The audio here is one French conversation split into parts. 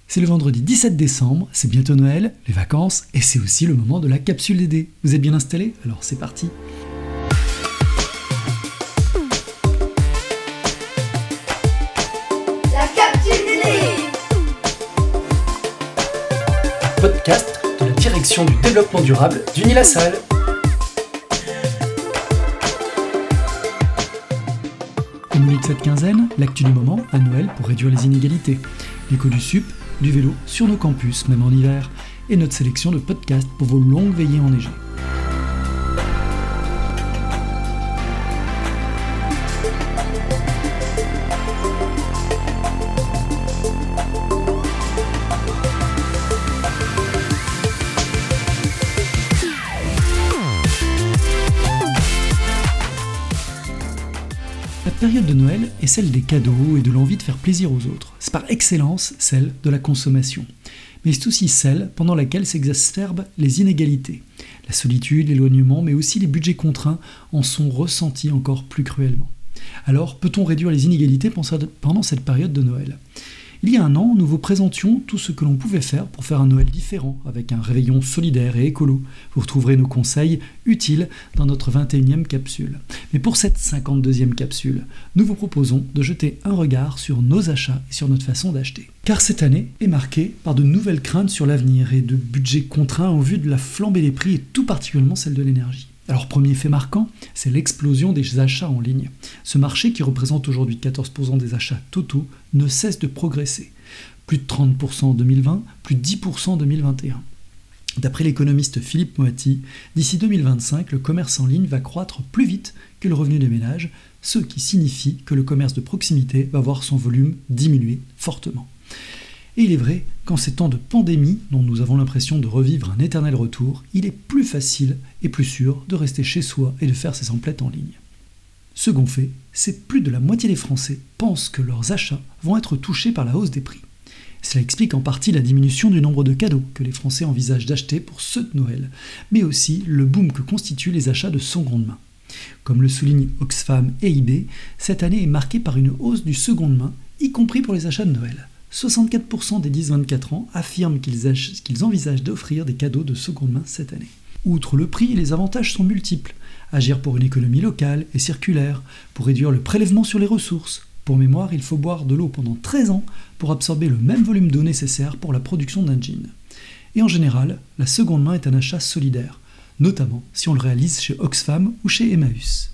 C'est le vendredi 17 décembre, c'est bientôt Noël, les vacances, et c'est aussi le moment de la capsule des dés. Vous êtes bien installés? Alors c'est parti. La capsule des dés. Podcast de la direction du développement durable d'Unilassal. Au menu de cette quinzaine, l'actu du moment à Noël pour réduire les inégalités, l'écho du sup, du vélo sur nos campus, même en hiver, et notre sélection de podcasts pour vos longues veillées enneigées. La période de Noël est celle des cadeaux et de l'envie de faire plaisir aux autres. C'est par excellence celle de la consommation. Mais c'est aussi celle pendant laquelle s'exacerbent les inégalités. La solitude, l'éloignement, mais aussi les budgets contraints en sont ressentis encore plus cruellement. Alors, peut-on réduire les inégalités pendant cette période de Noël ? Il y a un an, nous vous présentions tout ce que l'on pouvait faire pour faire un Noël différent, avec un réveillon solidaire et écolo. Vous retrouverez nos conseils utiles dans notre 21e capsule. Mais pour cette 52e capsule, nous vous proposons de jeter un regard sur nos achats et sur notre façon d'acheter. Car cette année est marquée par de nouvelles craintes sur l'avenir et de budgets contraints en vue de la flambée des prix et tout particulièrement celle de l'énergie. Alors, premier fait marquant, c'est l'explosion des achats en ligne. Ce marché, qui représente aujourd'hui 14% des achats totaux, ne cesse de progresser. Plus de 30% en 2020, plus de 10% en 2021. D'après l'économiste Philippe Moati, d'ici 2025, le commerce en ligne va croître plus vite que le revenu des ménages, ce qui signifie que le commerce de proximité va voir son volume diminuer fortement. Et il est vrai qu'en ces temps de pandémie, dont nous avons l'impression de revivre un éternel retour, il est plus facile et plus sûr de rester chez soi et de faire ses emplettes en ligne. Second fait, c'est plus de la moitié des Français pensent que leurs achats vont être touchés par la hausse des prix. Cela explique en partie la diminution du nombre de cadeaux que les Français envisagent d'acheter pour ceux de Noël, mais aussi le boom que constituent les achats de seconde main. Comme le soulignent Oxfam et eBay, cette année est marquée par une hausse du seconde main, y compris pour les achats de Noël. 64% des 10-24 ans affirment qu'ils envisagent d'offrir des cadeaux de seconde main cette année. Outre le prix, les avantages sont multiples. Agir pour une économie locale et circulaire, pour réduire le prélèvement sur les ressources. Pour mémoire, il faut boire de l'eau pendant 13 ans pour absorber le même volume d'eau nécessaire pour la production d'un jean. Et en général, la seconde main est un achat solidaire, notamment si on le réalise chez Oxfam ou chez Emmaüs.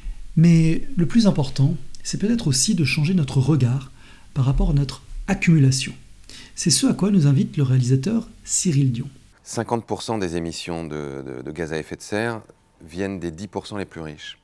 Mais le plus important, c'est peut-être aussi de changer notre regard par rapport à notre accumulation. C'est ce à quoi nous invite le réalisateur Cyril Dion. 50% des émissions de gaz à effet de serre viennent des 10% les plus riches.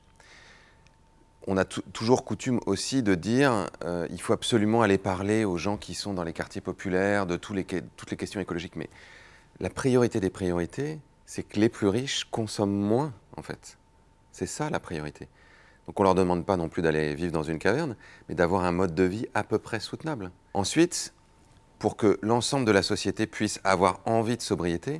On a toujours coutume aussi de dire il faut absolument aller parler aux gens qui sont dans les quartiers populaires de toutes les questions écologiques. Mais la priorité des priorités, c'est que les plus riches consomment moins, en fait. C'est ça la priorité. Donc on ne leur demande pas non plus d'aller vivre dans une caverne, mais d'avoir un mode de vie à peu près soutenable. Ensuite, pour que l'ensemble de la société puisse avoir envie de sobriété,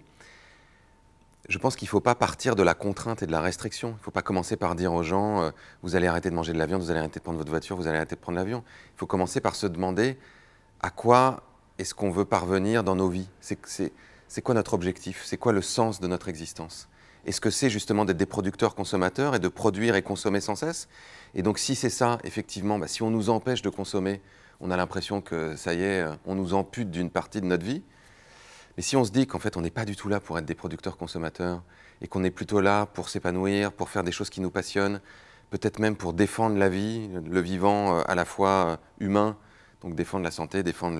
je pense qu'il ne faut pas partir de la contrainte et de la restriction. Il ne faut pas commencer par dire aux gens vous allez arrêter de manger de la viande, vous allez arrêter de prendre votre voiture, vous allez arrêter de prendre l'avion. Il faut commencer par se demander à quoi est-ce qu'on veut parvenir dans nos vies. C'est quoi notre objectif? C'est quoi le sens de notre existence? Est-ce que c'est justement d'être des producteurs-consommateurs et de produire et consommer sans cesse? Et donc si c'est ça, effectivement, si on nous empêche de consommer, on a l'impression que ça y est, on nous ampute d'une partie de notre vie. Mais si on se dit qu'en fait on n'est pas du tout là pour être des producteurs-consommateurs et qu'on est plutôt là pour s'épanouir, pour faire des choses qui nous passionnent, peut-être même pour défendre la vie, le vivant à la fois humain, donc défendre la santé, défendre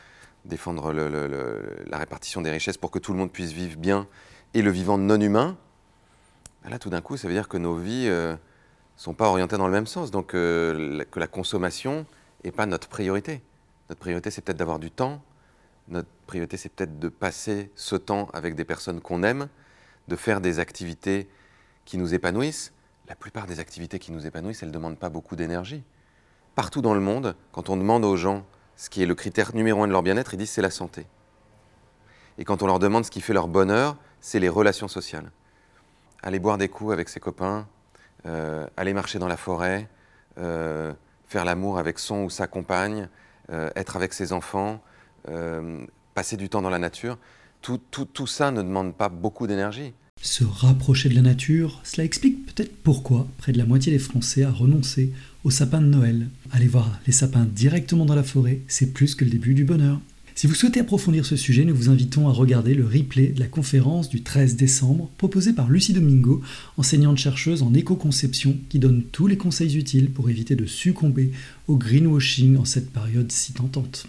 la répartition des richesses pour que tout le monde puisse vivre bien, et le vivant non humain, là tout d'un coup ça veut dire que nos vies ne sont pas orientées dans le même sens, donc que la consommation n'est pas notre priorité. Notre priorité c'est peut-être d'avoir du temps, notre priorité c'est peut-être de passer ce temps avec des personnes qu'on aime, de faire des activités qui nous épanouissent. La plupart des activités qui nous épanouissent, elles ne demandent pas beaucoup d'énergie. Partout dans le monde, quand on demande aux gens ce qui est le critère numéro 1 de leur bien-être, ils disent c'est la santé. Et quand on leur demande ce qui fait leur bonheur, c'est les relations sociales. Aller boire des coups avec ses copains, aller marcher dans la forêt, faire l'amour avec son ou sa compagne, être avec ses enfants, passer du temps dans la nature, tout ça ne demande pas beaucoup d'énergie. Se rapprocher de la nature, cela explique peut-être pourquoi près de la moitié des Français a renoncé au sapin de Noël. Aller voir les sapins directement dans la forêt, c'est plus que le début du bonheur. Si vous souhaitez approfondir ce sujet, nous vous invitons à regarder le replay de la conférence du 13 décembre proposée par Lucie Domingo, enseignante-chercheuse en éco-conception, qui donne tous les conseils utiles pour éviter de succomber au greenwashing en cette période si tentante.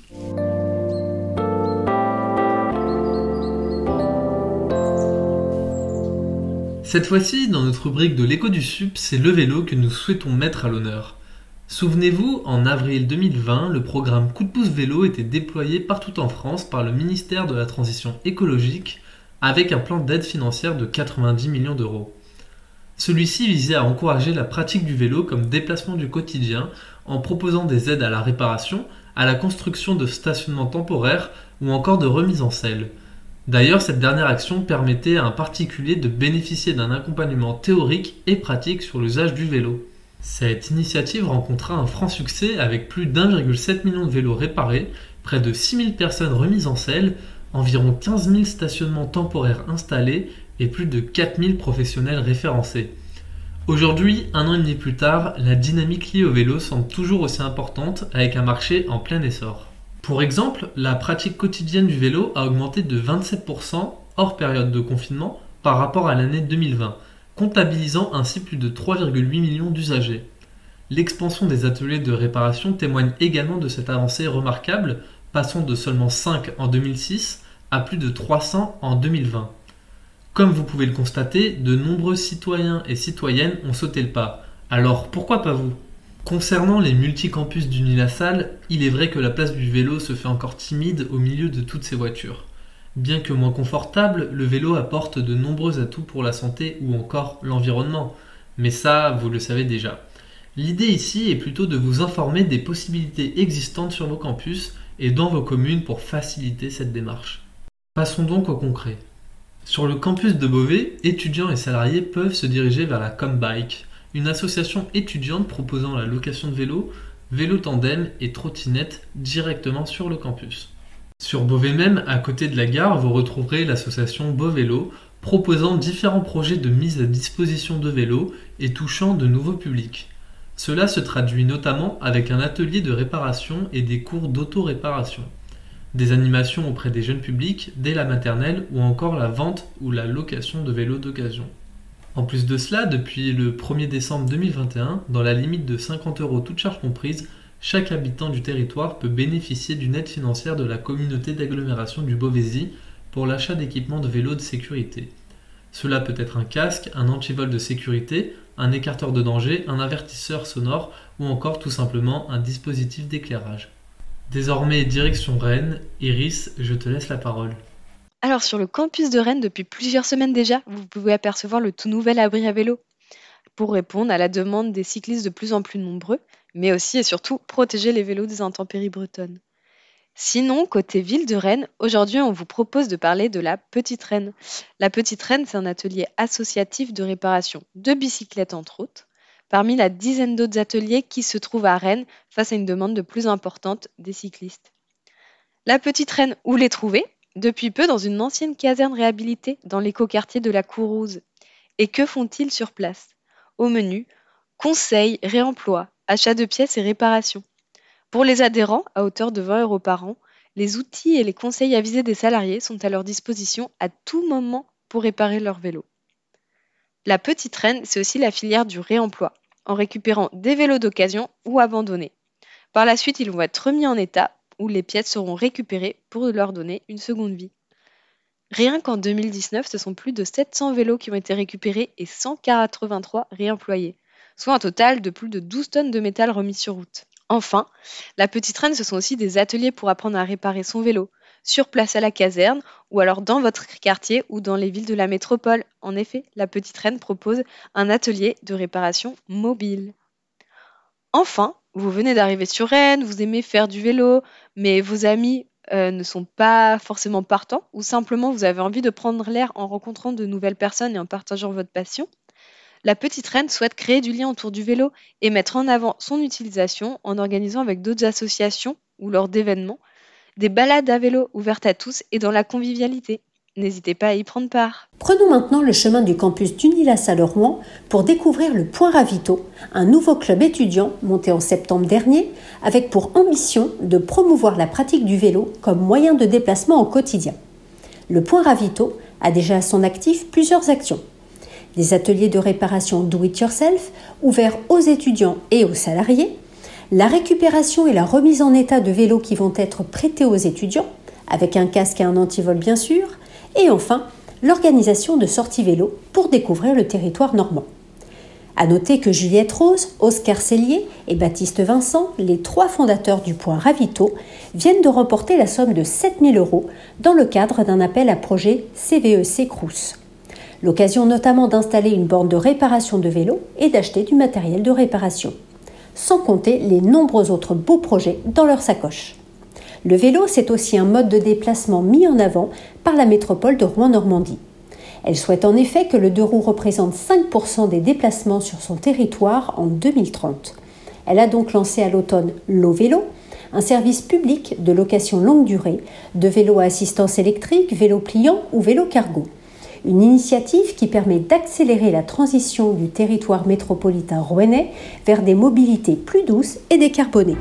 Cette fois-ci, dans notre rubrique de l'écho du SUP, c'est le vélo que nous souhaitons mettre à l'honneur. Souvenez-vous, en avril 2020, le programme Coup de pouce vélo était déployé partout en France par le ministère de la Transition écologique avec un plan d'aide financière de 90 millions d'euros. Celui-ci visait à encourager la pratique du vélo comme déplacement du quotidien en proposant des aides à la réparation, à la construction de stationnements temporaires ou encore de remise en selle. D'ailleurs, cette dernière action permettait à un particulier de bénéficier d'un accompagnement théorique et pratique sur l'usage du vélo. Cette initiative rencontra un franc succès avec plus d'1,7 million de vélos réparés, près de 6000 personnes remises en selle, environ 15 000 stationnements temporaires installés et plus de 4000 professionnels référencés. Aujourd'hui, 1 an et demi plus tard, la dynamique liée au vélo semble toujours aussi importante avec un marché en plein essor. Pour exemple, la pratique quotidienne du vélo a augmenté de 27% hors période de confinement par rapport à l'année 2020, comptabilisant ainsi plus de 3,8 millions d'usagers. L'expansion des ateliers de réparation témoigne également de cette avancée remarquable, passant de seulement 5 en 2006 à plus de 300 en 2020. Comme vous pouvez le constater, de nombreux citoyens et citoyennes ont sauté le pas. Alors pourquoi pas vous ? Concernant les multicampus d'Unilassal, il est vrai que la place du vélo se fait encore timide au milieu de toutes ces voitures. Bien que moins confortable, le vélo apporte de nombreux atouts pour la santé ou encore l'environnement. Mais ça, vous le savez déjà. L'idée ici est plutôt de vous informer des possibilités existantes sur vos campus et dans vos communes pour faciliter cette démarche. Passons donc au concret. Sur le campus de Beauvais, étudiants et salariés peuvent se diriger vers la Combike, une association étudiante proposant la location de vélos, vélo tandem et trottinettes directement sur le campus. Sur Beauvais même, à côté de la gare, vous retrouverez l'association Beauvélo, proposant différents projets de mise à disposition de vélos et touchant de nouveaux publics. Cela se traduit notamment avec un atelier de réparation et des cours d'auto-réparation, des animations auprès des jeunes publics dès la maternelle ou encore la vente ou la location de vélos d'occasion. En plus de cela, depuis le 1er décembre 2021, dans la limite de 50 € toutes charges comprises, chaque habitant du territoire peut bénéficier d'une aide financière de la communauté d'agglomération du Beauvaisis pour l'achat d'équipements de vélos de sécurité. Cela peut être un casque, un antivol de sécurité, un écarteur de danger, un avertisseur sonore ou encore tout simplement un dispositif d'éclairage. Désormais, direction Rennes. Iris, je te laisse la parole. Alors sur le campus de Rennes, depuis plusieurs semaines déjà, vous pouvez apercevoir le tout nouvel abri à vélo pour répondre à la demande des cyclistes de plus en plus nombreux, mais aussi et surtout protéger les vélos des intempéries bretonnes. Sinon, côté ville de Rennes, aujourd'hui on vous propose de parler de la Petite Rennes. La Petite Rennes, c'est un atelier associatif de réparation de bicyclettes entre autres, parmi la dizaine d'autres ateliers qui se trouvent à Rennes face à une demande de plus importante des cyclistes. La Petite Rennes, où les trouver ? Depuis peu dans une ancienne caserne réhabilitée dans l'écoquartier de la Courrouze. Et que font-ils sur place ? Au menu, conseils, réemploi, achat de pièces et réparation. Pour les adhérents, à hauteur de 20 € par an, les outils et les conseils avisés des salariés sont à leur disposition à tout moment pour réparer leur vélo. La Petite Rennes, c'est aussi la filière du réemploi, en récupérant des vélos d'occasion ou abandonnés. Par la suite, ils vont être remis en état où les pièces seront récupérées pour leur donner une seconde vie. Rien qu'en 2019, ce sont plus de 700 vélos qui ont été récupérés et 183 réemployés, soit un total de plus de 12 tonnes de métal remis sur route. Enfin, la Petite Rennes, ce sont aussi des ateliers pour apprendre à réparer son vélo, sur place à la caserne ou alors dans votre quartier ou dans les villes de la métropole. En effet, la Petite Rennes propose un atelier de réparation mobile. Enfin, vous venez d'arriver sur Rennes, vous aimez faire du vélo, mais vos amis ne sont pas forcément partants, ou simplement vous avez envie de prendre l'air en rencontrant de nouvelles personnes et en partageant votre passion. La Petite Rennes souhaite créer du lien autour du vélo et mettre en avant son utilisation en organisant avec d'autres associations ou lors d'événements des balades à vélo ouvertes à tous et dans la convivialité. N'hésitez pas à y prendre part. Prenons maintenant le chemin du campus d'Unilassal-Rouen pour découvrir le Point Ravito, un nouveau club étudiant monté en septembre dernier avec pour ambition de promouvoir la pratique du vélo comme moyen de déplacement au quotidien. Le Point Ravito a déjà à son actif plusieurs actions. Des ateliers de réparation do-it-yourself ouverts aux étudiants et aux salariés, la récupération et la remise en état de vélos qui vont être prêtés aux étudiants, avec un casque et un antivol bien sûr, et enfin, l'organisation de sorties vélo pour découvrir le territoire normand. À noter que Juliette Rose, Oscar Cellier et Baptiste Vincent, les 3 fondateurs du Point Ravito, viennent de remporter la somme de 7 000 € dans le cadre d'un appel à projet CVEC Crous. L'occasion notamment d'installer une borne de réparation de vélo et d'acheter du matériel de réparation. Sans compter les nombreux autres beaux projets dans leur sacoche. Le vélo, c'est aussi un mode de déplacement mis en avant par la métropole de Rouen-Normandie. Elle souhaite en effet que le 2 roues représente 5% des déplacements sur son territoire en 2030. Elle a donc lancé à l'automne l'O-Vélo, un service public de location longue durée de vélos à assistance électrique, vélo pliant ou vélo cargo. Une initiative qui permet d'accélérer la transition du territoire métropolitain rouennais vers des mobilités plus douces et décarbonées.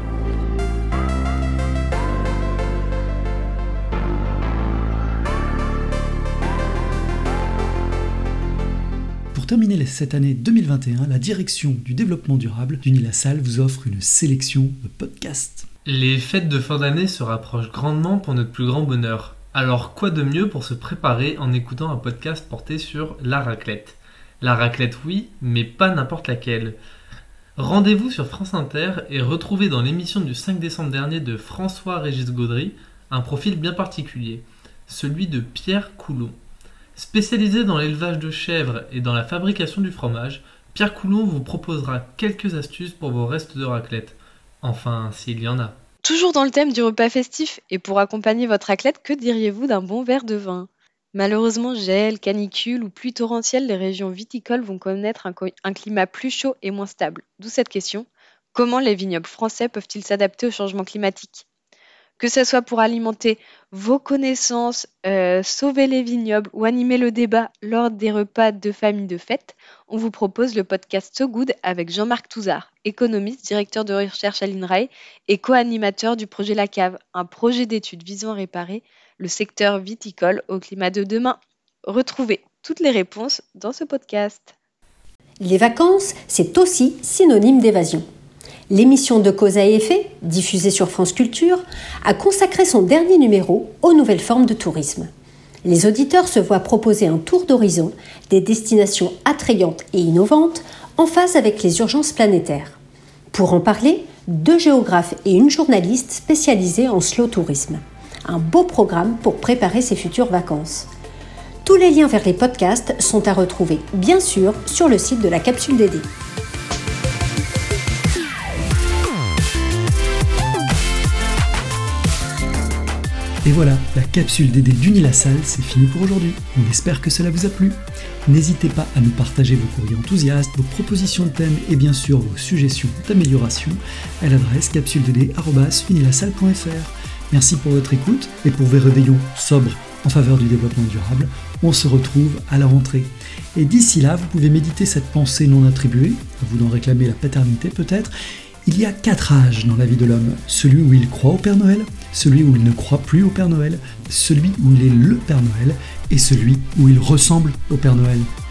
Pour terminer cette année 2021, la direction du développement durable d'Unilassal vous offre une sélection de podcasts. Les fêtes de fin d'année se rapprochent grandement pour notre plus grand bonheur. Alors quoi de mieux pour se préparer en écoutant un podcast porté sur la raclette ? La raclette oui, mais pas n'importe laquelle. Rendez-vous sur France Inter et retrouvez dans l'émission du 5 décembre dernier de François-Régis Gaudry un profil bien particulier, celui de Pierre Coulon. Spécialisé dans l'élevage de chèvres et dans la fabrication du fromage, Pierre Coulon vous proposera quelques astuces pour vos restes de raclette. Enfin, s'il y en a. Toujours dans le thème du repas festif, et pour accompagner votre raclette, que diriez-vous d'un bon verre de vin ? Malheureusement, gel, canicule ou pluie torrentielle, les régions viticoles vont connaître un climat plus chaud et moins stable. D'où cette question, comment les vignobles français peuvent-ils s'adapter au changement climatique ? Que ce soit pour alimenter vos connaissances, sauver les vignobles ou animer le débat lors des repas de famille de fête, on vous propose le podcast So Good avec Jean-Marc Touzard, économiste, directeur de recherche à l'INRAE et co-animateur du projet La Cave, un projet d'études visant à réparer le secteur viticole au climat de demain. Retrouvez toutes les réponses dans ce podcast. Les vacances, c'est aussi synonyme d'évasion. L'émission de Cause à effet, diffusée sur France Culture, a consacré son dernier numéro aux nouvelles formes de tourisme. Les auditeurs se voient proposer un tour d'horizon des destinations attrayantes et innovantes en phase avec les urgences planétaires. Pour en parler, 2 géographes et une journaliste spécialisée en slow tourisme. Un beau programme pour préparer ses futures vacances. Tous les liens vers les podcasts sont à retrouver, bien sûr, sur le site de la Capsule DD. Et voilà, la capsule DD d'Unilassal, c'est fini pour aujourd'hui. On espère que cela vous a plu. N'hésitez pas à nous partager vos courriers enthousiastes, vos propositions de thèmes et bien sûr vos suggestions d'amélioration à l'adresse capsuledD@unilassal.fr. Merci pour votre écoute et pour vos réveillons sobres en faveur du développement durable. On se retrouve à la rentrée. Et d'ici là, vous pouvez méditer cette pensée non attribuée, à vous d'en réclamer la paternité peut-être. Il y a 4 âges dans la vie de l'homme. Celui où il croit au Père Noël, celui où il ne croit plus au Père Noël, celui où il est le Père Noël et celui où il ressemble au Père Noël.